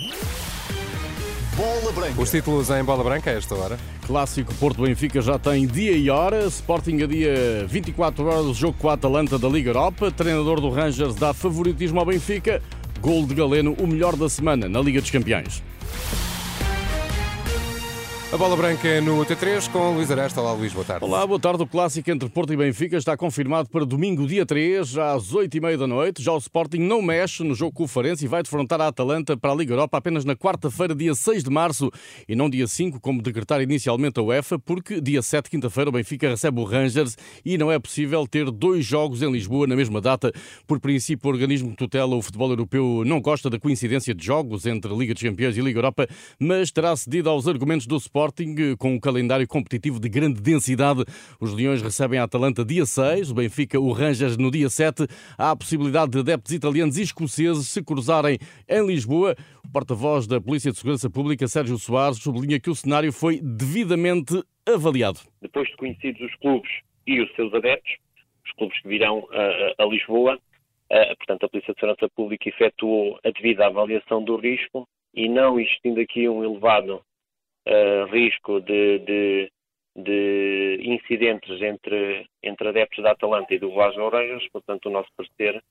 Bola Branca. Os títulos em Bola Branca a esta hora. Clássico Porto-Benfica já tem dia e hora. Sporting a dia 24 horas, jogo com a Atalanta da Liga Europa. Treinador do Rangers dá favoritismo ao Benfica. Gol de Galeno, o melhor da semana na Liga dos Campeões. A Bola Branca é no T3 com Luís Aresta. Olá, Luís, boa tarde. Olá, boa tarde. O clássico entre Porto e Benfica está confirmado para domingo, dia 3, às 8h30 da noite. Já o Sporting não mexe no jogo com o Farense e vai defrontar a Atalanta para a Liga Europa apenas na quarta-feira, dia 6 de março, e não dia 5, como decretar inicialmente a UEFA, porque dia 7, quinta-feira, o Benfica recebe o Rangers e não é possível ter dois jogos em Lisboa na mesma data. Por princípio, o organismo que tutela o futebol europeu não gosta da coincidência de jogos entre Liga dos Campeões e Liga Europa, mas terá cedido aos argumentos do Sporting. Com um calendário competitivo de grande densidade. Os Leões recebem a Atalanta dia 6, o Benfica o Rangers no dia 7. Há a possibilidade de adeptos italianos e escoceses se cruzarem em Lisboa. O porta-voz da Polícia de Segurança Pública, Sérgio Soares, sublinha que o cenário foi devidamente avaliado. Depois de conhecidos os clubes e os seus adeptos, os clubes que virão a Lisboa, portanto a Polícia de Segurança Pública efetuou a devida avaliação do risco e não existindo aqui um elevado risco de incidentes entre adeptos da Atalanta e do Glasgow Rangers, portanto o nosso parecer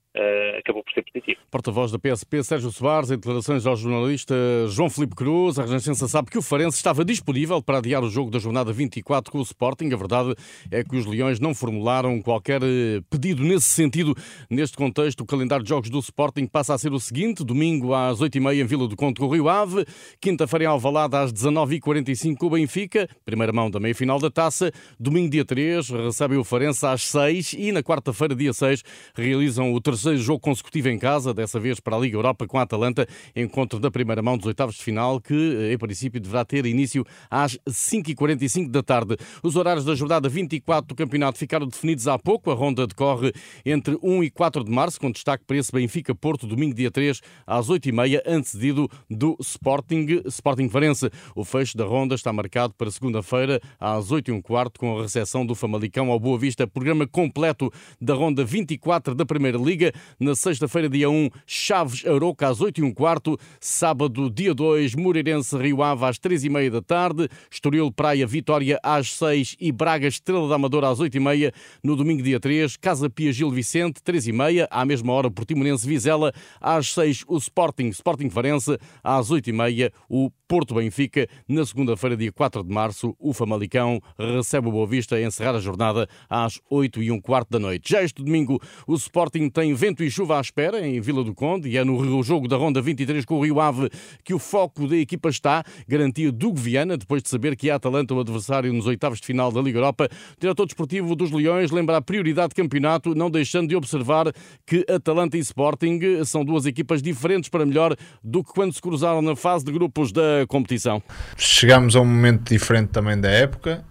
acabou por ser positivo. Porta-voz da PSP, Sérgio Soares, em declarações ao jornalista João Filipe Cruz, a Renascença sabe que o Farense estava disponível para adiar o jogo da jornada 24 com o Sporting. A verdade é que os Leões não formularam qualquer pedido nesse sentido. Neste contexto, o calendário de jogos do Sporting passa a ser o seguinte: domingo às 8h30 em Vila do Conde com o Rio Ave, quinta-feira em Alvalade às 19h45 com o Benfica, primeira mão da meia-final da Taça, domingo dia 3 recebem o Farense às 6 e na quarta-feira dia 6 realizam o terceiro jogo consecutivo em casa, dessa vez para a Liga Europa com a Atalanta, encontro da primeira mão dos oitavos de final, que em princípio deverá ter início às 5h45 da tarde. Os horários da jornada 24 do campeonato ficaram definidos há pouco. A ronda decorre entre 1 e 4 de março, com destaque para esse Benfica-Porto, domingo dia 3 às 8h30, antecedido do Sporting Farense. O fecho da ronda está marcado para segunda-feira às 8h15, com a recepção do Famalicão ao Boa Vista. Programa completo da ronda 24 da Primeira Liga. Na sexta-feira, dia 1, Chaves-Aroca às 8h15. Sábado, dia 2, Moreirense-Rio Ave às 3h30 da tarde. Estoril-Praia-Vitória às 6 e Braga-Estrela da Amadora às 8h30. No domingo, dia 3, Casa Pia-Gil Vicente, 3h30. À mesma hora, Portimonense-Vizela. Às 6, o Sporting-Farense. Às 8h30, o Porto-Benfica. Na segunda-feira, dia 4 de março, o Famalicão recebe o Boa Vista a encerrar a jornada às 8h15 da noite. Já este domingo, o Sporting tem vento e chuva à espera em Vila do Conde e é no jogo da ronda 23 com o Rio Ave que o foco da equipa está. Garantia do Hugo Viana, depois de saber que a Atalanta, o adversário nos oitavos de final da Liga Europa. O diretor desportivo dos Leões lembra a prioridade de campeonato, não deixando de observar que Atalanta e Sporting são duas equipas diferentes para melhor do que quando se cruzaram na fase de grupos da competição. Chegamos a um momento diferente também da época.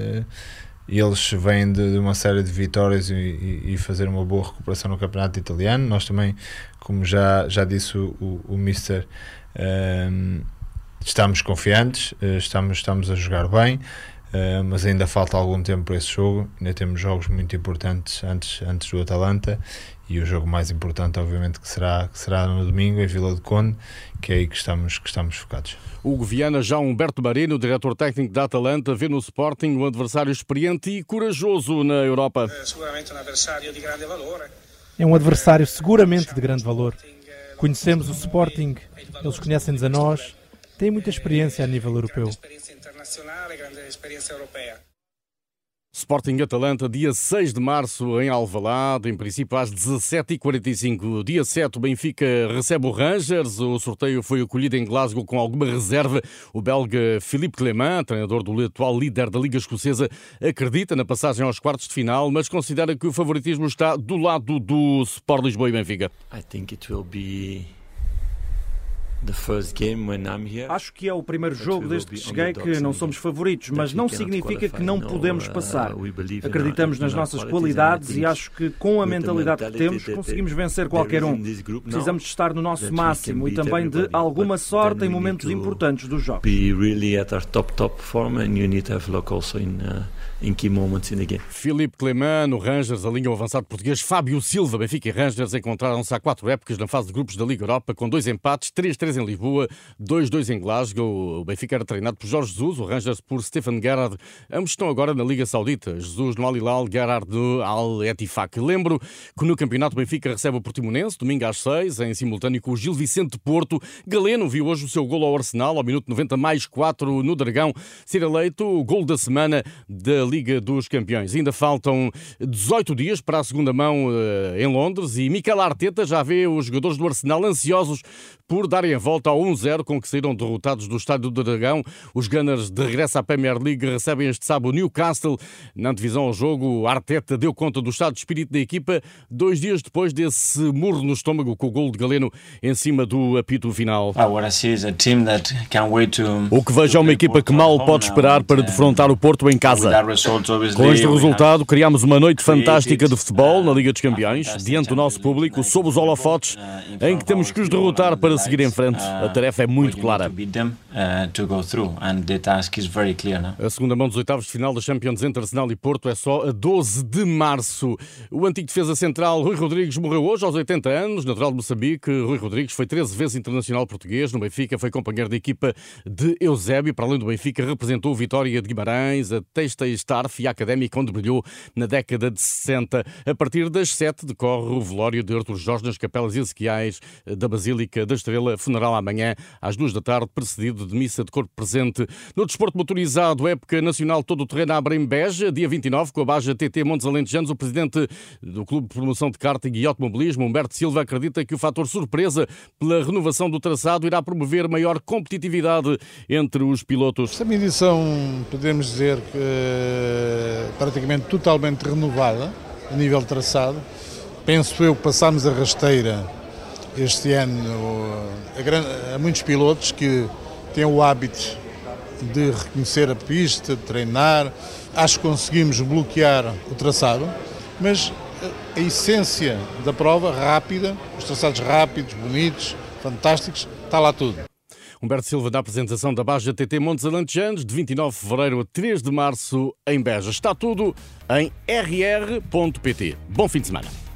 Eles vêm de uma série de vitórias e fazer uma boa recuperação no campeonato italiano. Nós também, como já disse o Mister, estamos confiantes, estamos a jogar bem, mas ainda falta algum tempo para esse jogo. Ainda temos jogos muito importantes antes do Atalanta, e o jogo mais importante, obviamente, que será no domingo em Vila do Conde, que é aí que estamos focados. Hugo Viana, já Humberto Marino, diretor técnico da Atalanta, vê no Sporting um adversário experiente e corajoso na Europa. É um adversário seguramente de grande valor. Conhecemos o Sporting, eles conhecem-nos a nós, têm muita experiência a nível europeu. Sporting-Atalanta, dia 6 de março em Alvalade, em princípio às 17h45. Dia 7, o Benfica recebe o Rangers. O sorteio foi acolhido em Glasgow com alguma reserva. O belga Philippe Clement, treinador do atual líder da Liga Escocesa, acredita na passagem aos quartos de final, mas considera que o favoritismo está do lado do Sport Lisboa e Benfica. Acho que é o primeiro jogo desde que cheguei que não somos favoritos, mas não significa que não podemos passar. Acreditamos nas nossas qualidades e acho que com a mentalidade que temos conseguimos vencer qualquer um. Precisamos de estar no nosso máximo e também de alguma sorte em momentos importantes dos jogos. em key moments in the game. Philippe Clement, no Rangers, a linha avançado português Fábio Silva. Benfica e Rangers encontraram-se há 4 épocas na fase de grupos da Liga Europa, com 2 empates, 3-3 em Lisboa, 2-2 em Glasgow. O Benfica era treinado por Jorge Jesus, o Rangers por Stefan Gerrard. Ambos estão agora na Liga Saudita. Jesus no Al-Hilal, Gerrard no Al-Ettifaq. Lembro que no campeonato o Benfica recebe o Portimonense, domingo às 6, em simultâneo com o Gil Vicente de Porto. Galeno viu hoje o seu golo ao Arsenal, ao minuto 90+4 no Dragão, ser eleito o golo da semana da Liga dos Campeões. Ainda faltam 18 dias para a segunda mão em Londres e Mikel Arteta já vê os jogadores do Arsenal ansiosos por darem a volta ao 1-0 com que saíram derrotados do Estádio do Dragão. Os Gunners de regresso à Premier League recebem este sábado o Newcastle. Na antevisão ao jogo, Arteta deu conta do estado de espírito da equipa 2 dias depois desse murro no estômago com o golo de Galeno em cima do apito final. O que vejo é uma equipa que mal pode esperar para defrontar o Porto em casa. Com este resultado, criámos uma noite fantástica de futebol na Liga dos Campeões, diante do nosso público, sob os holofotes, em que temos que os derrotar para seguir em frente. A tarefa é muito clara. A segunda mão dos oitavos de final da Champions entre Arsenal e Porto é só a 12 de março. O antigo defesa central Rui Rodrigues morreu hoje aos 80 anos, natural de Moçambique. Rui Rodrigues foi 13 vezes internacional português. No Benfica foi companheiro da equipa de Eusébio. Para além do Benfica, representou o Vitória de Guimarães, a Têxteis Tarf e a Académica, onde brilhou na década de 60. A partir das 7 decorre o velório de Artur Jorge nas Capelas Ezequiais da Basílica da Estrela. Funeral amanhã às 2 da tarde, precedido de missa de corpo presente. No desporto motorizado, época nacional todo o terreno abre em Beja, dia 29, com a Baja TT Montes Alentejanos. O presidente do Clube de Promoção de Karting e Automobilismo, Humberto Silva, acredita que o fator surpresa pela renovação do traçado irá promover maior competitividade entre os pilotos. Esta é uma edição, podemos dizer, praticamente totalmente renovada a nível de traçado. Penso eu que passámos a rasteira este ano a muitos pilotos que têm o hábito de reconhecer a pista, de treinar. Acho que conseguimos bloquear o traçado, mas a essência da prova, rápida, os traçados rápidos, bonitos, fantásticos, está lá tudo. Humberto Silva na apresentação da Baja TT Montes Alentejanos, de 29 de fevereiro a 3 de março em Beja. Está tudo em rr.pt. Bom fim de semana.